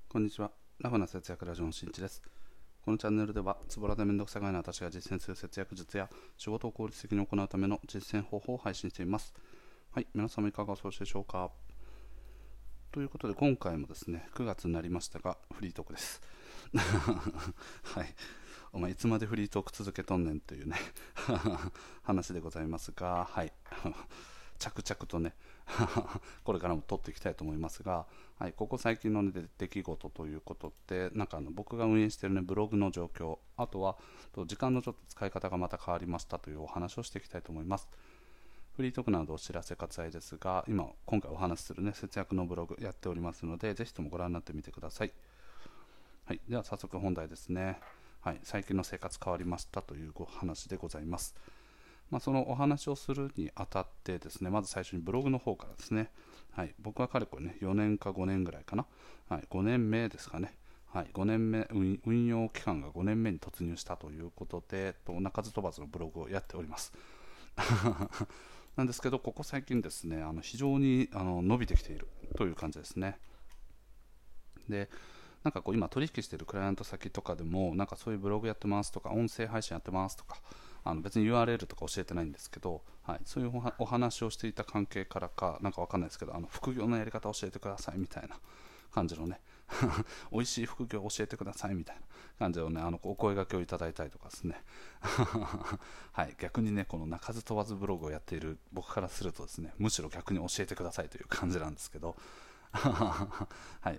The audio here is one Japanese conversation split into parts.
こんにちは。ラフな節約ラジオのしんいちです。このチャンネルでは、つぼらでめんどくさがいな私が実践する節約術や仕事を効率的に行うための実践方法を配信しています。はい、皆様いかがお過ごしでしょうか。ということで、今回もですね、9月になりましたが、フリートークです。はい。お前いつまでフリートーク続けとんねんというね話でございますが、はい。着々とねこれからも撮っていきたいと思いますが、はい、ここ最近の、ね、出来事ということで、なんか僕が運営している、ね、ブログの状況、あとは時間のちょっと使い方がまた変わりましたというお話をしていきたいと思います。フリートークなどお知らせ割愛ですが、今回お話しする、ね、節約のブログやっておりますので、ぜひともご覧になってみてください。はい、では早速本題ですね。はい、最近の生活変わりましたというお話でございます。そのお話をするにあたってですね、まず最初にブログの方からですね、はい、僕はかれこれね、4年か5年ぐらいかな、はい、5年目ですかね、はい、5年目運用期間が5年目に突入したということで、鳴かず飛ばずのブログをやっております。なんですけど、ここ最近ですね、非常に伸びてきているという感じですね。で、なんかこう今取引しているクライアント先とかでも、なんかそういうブログやってますとか、音声配信やってますとか、別に URL とか教えてないんですけど、はい、そういうお話をしていた関係からか、なんかわかんないですけど、副業のやり方を教えてくださいみたいな感じのね美味しい副業を教えてくださいみたいな感じのね、お声掛けをいただいたりとかですねはい、逆にね、この鳴かず飛ばずブログをやっている僕からするとですね、むしろ逆に教えてくださいという感じなんですけどはい、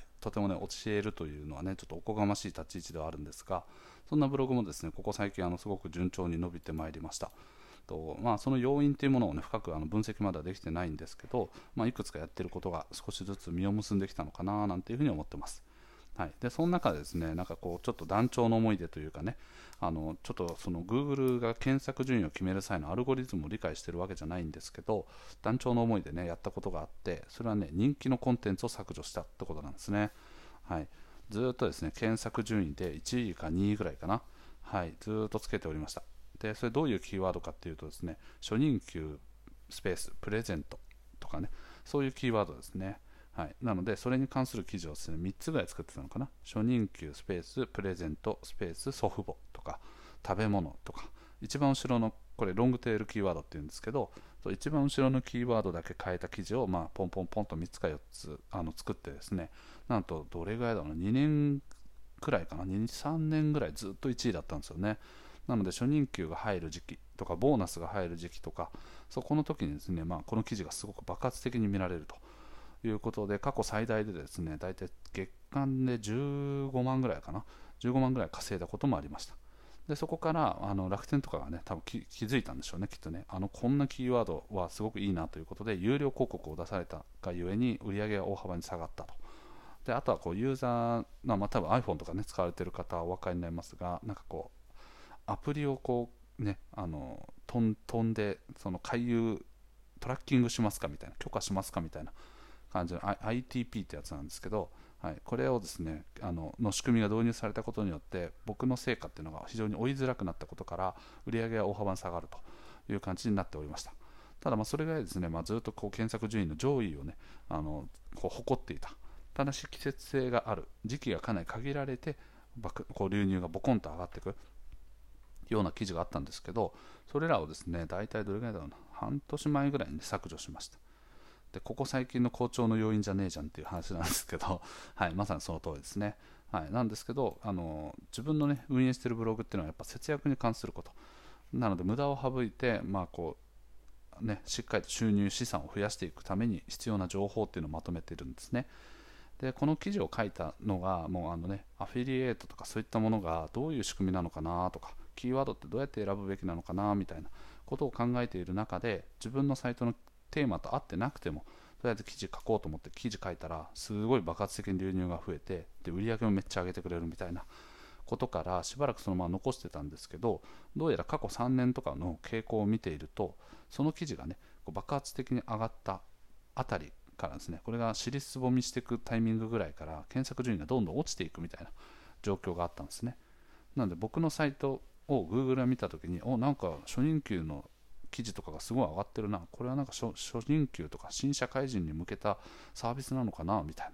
とてもね、教えるというのはね、ちょっとおこがましい立ち位置ではあるんですが、そんなブログもですね、ここ最近すごく順調に伸びてまいりました。その要因というものを、ね、深く分析まではできてないんですけど、いくつかやってることが少しずつ実を結んできたのかななんていうふうに思ってます。はい、でその中でですね、なんかこうちょっと断腸の思い出というかね、ちょっとその Google が検索順位を決める際のアルゴリズムを理解しているわけじゃないんですけど、断腸の思いでねやったことがあって、それはね、人気のコンテンツを削除したってことなんですね。はい、ずっとですね、検索順位で1位か2位ぐらいかな、はい、ずっとつけておりました。でそれどういうキーワードかっていうとですね、初任給スペースプレゼントとかね、そういうキーワードですね。はい、なのでそれに関する記事をですね、3つぐらい作ってたのかな。初任給スペースプレゼントスペース祖父母とか食べ物とか、一番後ろのこれロングテールキーワードっていうんですけど、一番後ろのキーワードだけ変えた記事を、ポンポンポンと3つか4つ作ってですね、なんとどれぐらいだろうな、2年くらいかな、2、3年ぐらいずっと1位だったんですよね。なので初任給が入る時期とかボーナスが入る時期とか、そこの時にですね、この記事がすごく爆発的に見られるということで、過去最大でですね、大体月間で15万ぐらいかな、15万ぐらい稼いだこともありました。でそこから楽天とかがね、多分気づいたんでしょうね、きっとね。こんなキーワードはすごくいいなということで、有料広告を出されたがゆえに売り上げが大幅に下がったと。であとはこうユーザー、多分 iPhone とかね使われている方はお分かりになりますが、なんかこうアプリをこうね、飛んでその回遊トラッキングしますかみたいな、許可しますかみたいな感じの ITP ってやつなんですけど、はい、これをですね、の仕組みが導入されたことによって僕の成果っていうのが非常に追いづらくなったことから、売り上げが大幅に下がるという感じになっておりました。ただそれがですね、ずっとこう検索順位の上位をね、こう誇っていた。ただし季節性がある時期がかなり限られて、こう流入がボコンと上がっていくような記事があったんですけど、それらをですね、大体どれぐらいだろうな、半年前ぐらいに削除しました。でここ最近の好調の要因じゃねえじゃんっていう話なんですけどはい、まさにその通りですね。はい、なんですけど、自分のね運営しているブログっていうのはやっぱ節約に関することなので、無駄を省いて、しっかりと収入資産を増やしていくために必要な情報っていうのをまとめているんですね。でこの記事を書いたのが、もうアフィリエイトとかそういったものがどういう仕組みなのかなとか、キーワードってどうやって選ぶべきなのかなみたいなことを考えている中で、自分のサイトのテーマと合ってなくてもとりあえず記事書こうと思って記事書いたら、すごい爆発的に流入が増えて、で売り上げもめっちゃ上げてくれるみたいなことから、しばらくそのまま残してたんですけど、どうやら過去3年とかの傾向を見ていると、その記事がねこう爆発的に上がったあたりからですね、これが尻すぼみしていくタイミングぐらいから検索順位がどんどん落ちていくみたいな状況があったんですね。なので僕のサイトを Google が見たときに、なんか初任給の記事とかがすごい上がってるな、これはなんか初任給とか新社会人に向けたサービスなのかなみたいな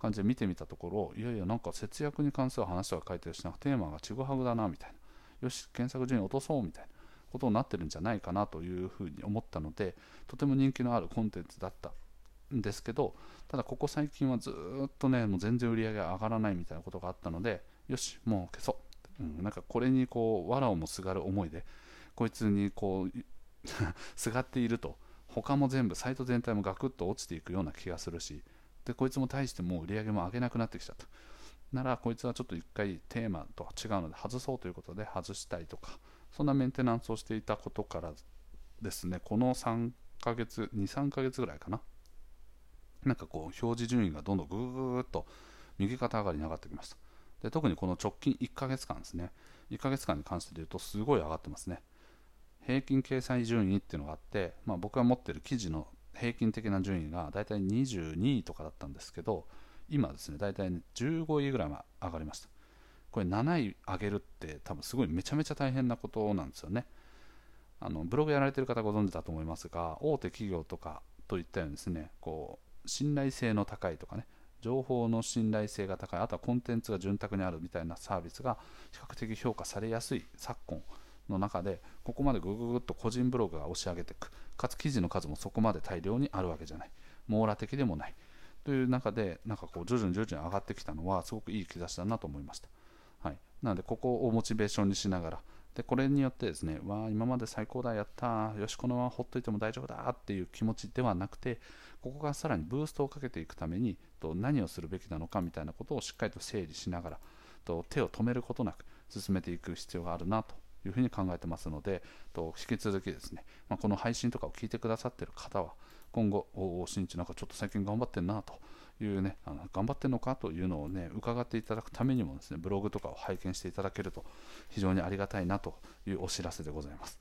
感じで見てみたところ、いやいやなんか節約に関する話とか書いてるし、なんかテーマがちぐはぐだなみたいな、よし検索順位落とそうみたいなことになってるんじゃないかなというふうに思ったので、とても人気のあるコンテンツだったんですけど、ただここ最近はずっとね、もう全然売り上げが上がらないみたいなことがあったので、よしもう消そう、なんかこれにこう藁をもすがる思いでこいつにこうすがっていると、他も全部サイト全体もガクッと落ちていくような気がするし、でこいつも大してもう売り上げも上げなくなってきちゃったなら、こいつはちょっと一回テーマとは違うので外そうということで外したりとか、そんなメンテナンスをしていたことからですね、この3ヶ月23ヶ月ぐらいかな、なんかこう表示順位がどんどんぐーっと右肩上がりに上がってきました。で特にこの直近1ヶ月間ですね、1ヶ月間に関して言うとすごい上がってますね。平均掲載順位っていうのがあって、僕が持っている記事の平均的な順位がだいたい22位とかだったんですけど、今ですねだいたい15位ぐらいまで上がりました。これ7位上げるって多分すごいめちゃめちゃ大変なことなんですよね。ブログやられてる方ご存知だと思いますが、大手企業とかといったようにですね、こう信頼性の高いとかね、情報の信頼性が高い、あとはコンテンツが潤沢にあるみたいなサービスが比較的評価されやすい昨今の中で、ここまでぐぐぐっと個人ブログが押し上げていく、かつ記事の数もそこまで大量にあるわけじゃない、網羅的でもないという中で、なんかこう徐々に上がってきたのはすごくいい兆しだなと思いました。はい、なのでここをモチベーションにしながら、でこれによってですね、今まで最高だ、やった、よしこのままほっといても大丈夫だっていう気持ちではなくて、ここがさらにブーストをかけていくために何をするべきなのかみたいなことをしっかりと整理しながら、手を止めることなく進めていく必要があるなというふうに考えてますので、引き続きですね、この配信とかを聞いてくださっている方は今後、新一なんかちょっと最近頑張ってんなというね、頑張ってんのかというのをね伺っていただくためにもですね、ブログとかを拝見していただけると非常にありがたいなというお知らせでございます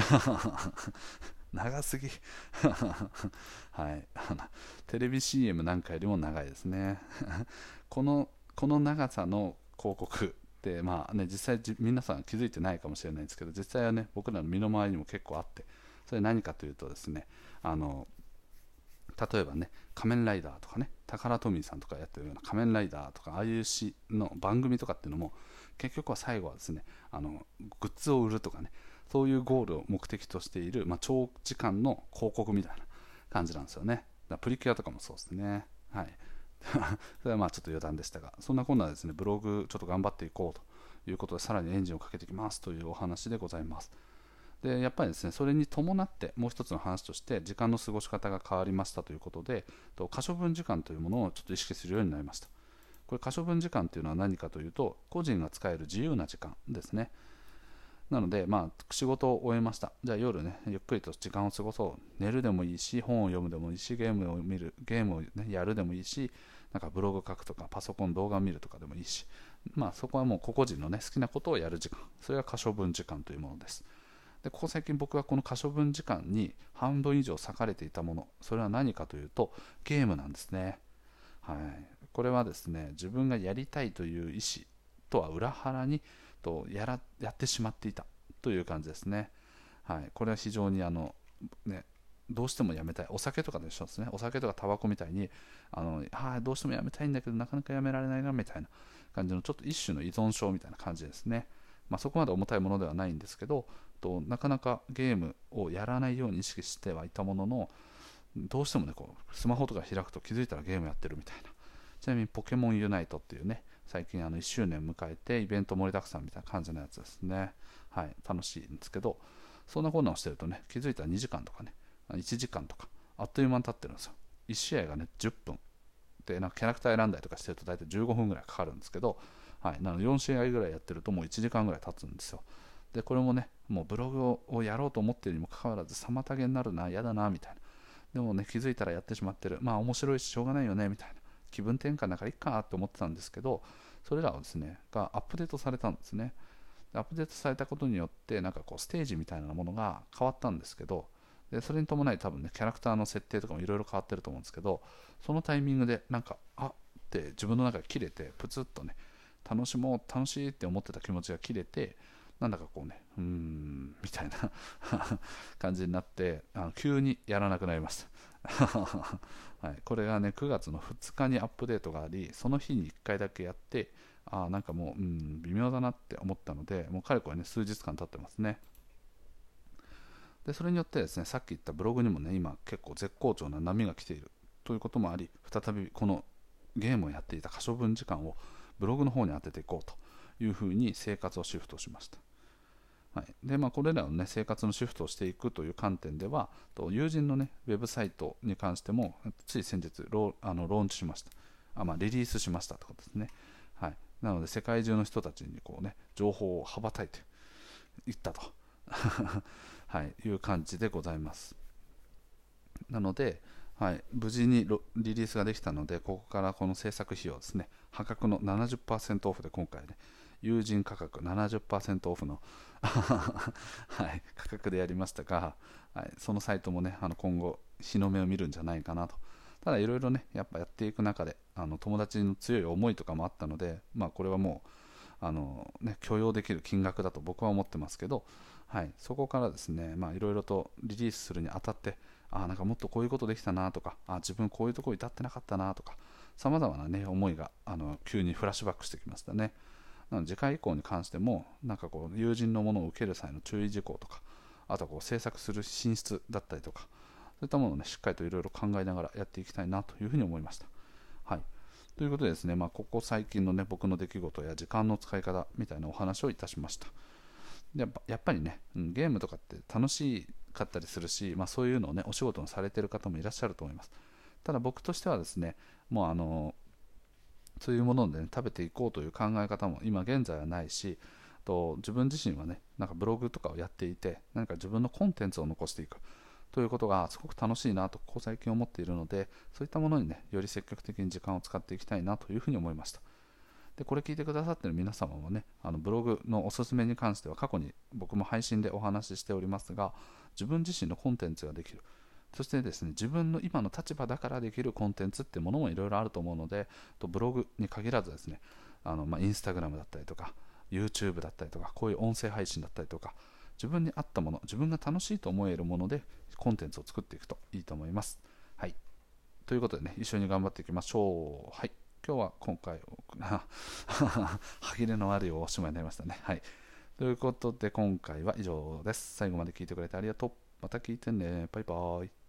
長すぎはい、テレビ CM なんかよりも長いですねこの長さの広告って実際皆さん気づいてないかもしれないんですけど、実際はね僕らの身の回りにも結構あって、それ何かというとですね、例えばね仮面ライダーとかね、タカラトミーさんとかやってるような仮面ライダーとか、ああいう詩の番組とかっていうのも結局は最後はですね、グッズを売るとかね、そういうゴールを目的としている、長時間の広告みたいな感じなんですよね。プリキュアとかもそうですね。はい。それはちょっと余談でしたが、そんなこんなですね、ブログちょっと頑張っていこうということで、さらにエンジンをかけていきますというお話でございます。でやっぱりですね、それに伴ってもう一つの話として、時間の過ごし方が変わりましたということで、可処分時間というものをちょっと意識するようになりました。これ可処分時間というのは何かというと、個人が使える自由な時間ですね。なので、仕事を終えました。じゃあ夜ね、ゆっくりと時間を過ごそう。寝るでもいいし、本を読むでもいいし、ゲームを見る、ゲームを、やるでもいいし、なんかブログ書くとか、パソコン、動画を見るとかでもいいし、そこはもう個々人のね、好きなことをやる時間。それが可処分時間というものです。でここ最近僕はこの可処分時間に半分以上割かれていたもの、それは何かというと、ゲームなんですね。はい。これはですね、自分がやりたいという意思とは裏腹にやってしまっていたという感じですね。はい、これは非常にどうしてもやめたい、お酒とかで一緒ですね。お酒とかタバコみたいにどうしてもやめたいんだけどなかなかやめられないなみたいな感じの、ちょっと一種の依存症みたいな感じですね。そこまで重たいものではないんですけど、なかなかゲームをやらないように意識してはいたものの、どうしてもねスマホとか開くと気づいたらゲームやってるみたいな。ちなみにポケモンユナイトっていうね、最近1周年迎えてイベント盛りだくさんみたいな感じのやつですね。はい、楽しいんですけど、そんなこんなをしてるとね、気づいたら2時間とかね、1時間とかあっという間に経ってるんですよ。1試合がね10分で、なんかキャラクター選んだりとかしてると大体15分ぐらいかかるんですけど、はい、なので4試合ぐらいやってるともう1時間ぐらい経つんですよ。でこれもね、もうブログをやろうと思っているにもかかわらず妨げになるな、嫌だなみたいな。でもね、気づいたらやってしまってる、面白いししょうがないよねみたいな、気分転換なんかいいかって思ってたんですけど、それらをですねがアップデートされたんですね。アップデートされたことによって、なんかこうステージみたいなものが変わったんですけど、でそれに伴い多分ねキャラクターの設定とかもいろいろ変わってると思うんですけど、そのタイミングでなんかって自分の中で切れて、プツッとね、楽しいって思ってた気持ちが切れて、 なんだかこうね、みたいな感じになって、急にやらなくなりましたはい、これがね、9月の2日にアップデートがあり、その日に1回だけやって、なんかもう、微妙だなって思ったので、もうかれこれね、数日間経ってますね。で、それによってですね、さっき言ったブログにもね、今結構絶好調な波が来ているということもあり、再びこのゲームをやっていた可処分時間をブログの方に当てていこうというふうに生活をシフトしました。はい、でこれらの、ね、生活のシフトをしていくという観点では、友人の、ね、ウェブサイトに関してもつい先日ローンチしました。リリースしましたということですね。はい、なので世界中の人たちにこう、ね、情報を羽ばたいていったとはい、いう感じでございます。なので、はい、無事にリリースができたので、ここからこの制作費用ですね、破格の 70% オフで今回ね、友人価格 70% オフのはい、価格でやりましたが、はい、そのサイトもね、今後日の目を見るんじゃないかなと。ただいろいろね、やっぱやっていく中で友達の強い思いとかもあったので、これはもう許容できる金額だと僕は思ってますけど、はい、そこからですね、いろいろとリリースするにあたって、なんかもっとこういうことできたなとか、自分こういうところに至ってなかったなとか、さまざまな、ね、思いが急にフラッシュバックしてきましたね。なので次回以降に関しても、なんかこう友人のものを受ける際の注意事項とか、あとはこう制作する品質だったりとか、そういったものを、ね、しっかりといろいろ考えながらやっていきたいなというふうに思いました。はい、ということでですね、ここ最近の、ね、僕の出来事や時間の使い方みたいなお話をいたしました。でやっぱりね、ゲームとかって楽しかったりするし、そういうのを、ね、お仕事にされている方もいらっしゃると思います。ただ僕としてはですね、もうそういうもので、ね、食べていこうという考え方も今現在はないし、自分自身はね、なんかブログとかをやっていて、何か自分のコンテンツを残していくということがすごく楽しいなとここ最近思っているので、そういったものにね、より積極的に時間を使っていきたいなというふうに思いました。でこれ聞いてくださっている皆様もね、ブログのおすすめに関しては過去に僕も配信でお話ししておりますが、自分自身のコンテンツができる、そしてですね、自分の今の立場だからできるコンテンツっていうものもいろいろあると思うので、ブログに限らずですね、インスタグラムだったりとか YouTube だったりとか、こういう音声配信だったりとか、自分に合ったもの、自分が楽しいと思えるものでコンテンツを作っていくといいと思います。はい、ということでね、一緒に頑張っていきましょう。はい、今日は今回歯切れの悪いおしまいになりましたね。はい、ということで今回は以上です。最後まで聞いてくれてありがとう。また聞いてね。バイバイ。